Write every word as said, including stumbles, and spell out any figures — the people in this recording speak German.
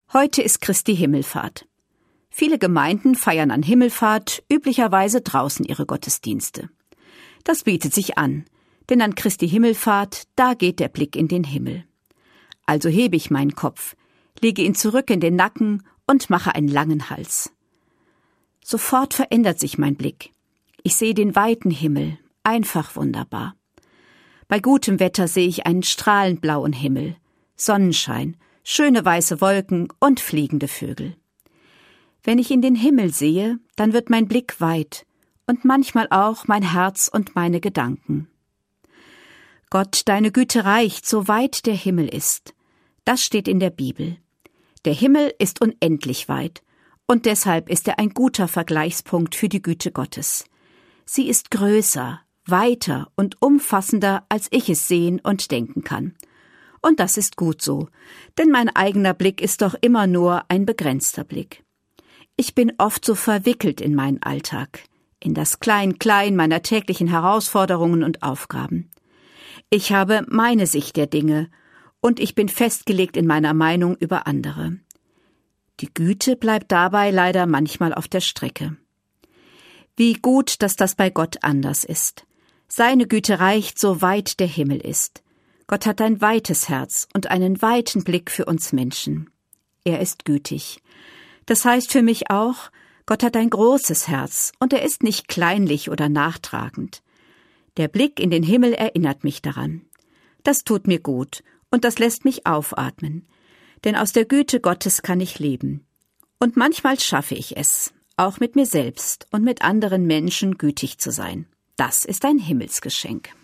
Heute ist Christi Himmelfahrt. Viele Gemeinden feiern an Himmelfahrt üblicherweise draußen ihre Gottesdienste. Das bietet sich an, denn an Christi Himmelfahrt, da geht der Blick in den Himmel. Also hebe ich meinen Kopf, lege ihn zurück in den Nacken und mache einen langen Hals. Sofort verändert sich mein Blick. Ich sehe den weiten Himmel, einfach wunderbar. Bei gutem Wetter sehe ich einen strahlend blauen Himmel, Sonnenschein, schöne weiße Wolken und fliegende Vögel. Wenn ich in den Himmel sehe, dann wird mein Blick weit und manchmal auch mein Herz und meine Gedanken. Gott, deine Güte reicht, so weit der Himmel ist. Das steht in der Bibel. Der Himmel ist unendlich weit und deshalb ist er ein guter Vergleichspunkt für die Güte Gottes. Sie ist größer, weiter und umfassender, als ich es sehen und denken kann. Und das ist gut so, denn mein eigener Blick ist doch immer nur ein begrenzter Blick. Ich bin oft so verwickelt in meinen Alltag, in das Klein-Klein meiner täglichen Herausforderungen und Aufgaben. Ich habe meine Sicht der Dinge und ich bin festgelegt in meiner Meinung über andere. Die Güte bleibt dabei leider manchmal auf der Strecke. Wie gut, dass das bei Gott anders ist. Seine Güte reicht, so weit der Himmel ist. Gott hat ein weites Herz und einen weiten Blick für uns Menschen. Er ist gütig. Das heißt für mich auch, Gott hat ein großes Herz und er ist nicht kleinlich oder nachtragend. Der Blick in den Himmel erinnert mich daran. Das tut mir gut und das lässt mich aufatmen. Denn aus der Güte Gottes kann ich leben. Und manchmal schaffe ich es, auch mit mir selbst und mit anderen Menschen gütig zu sein. Das ist ein Himmelsgeschenk.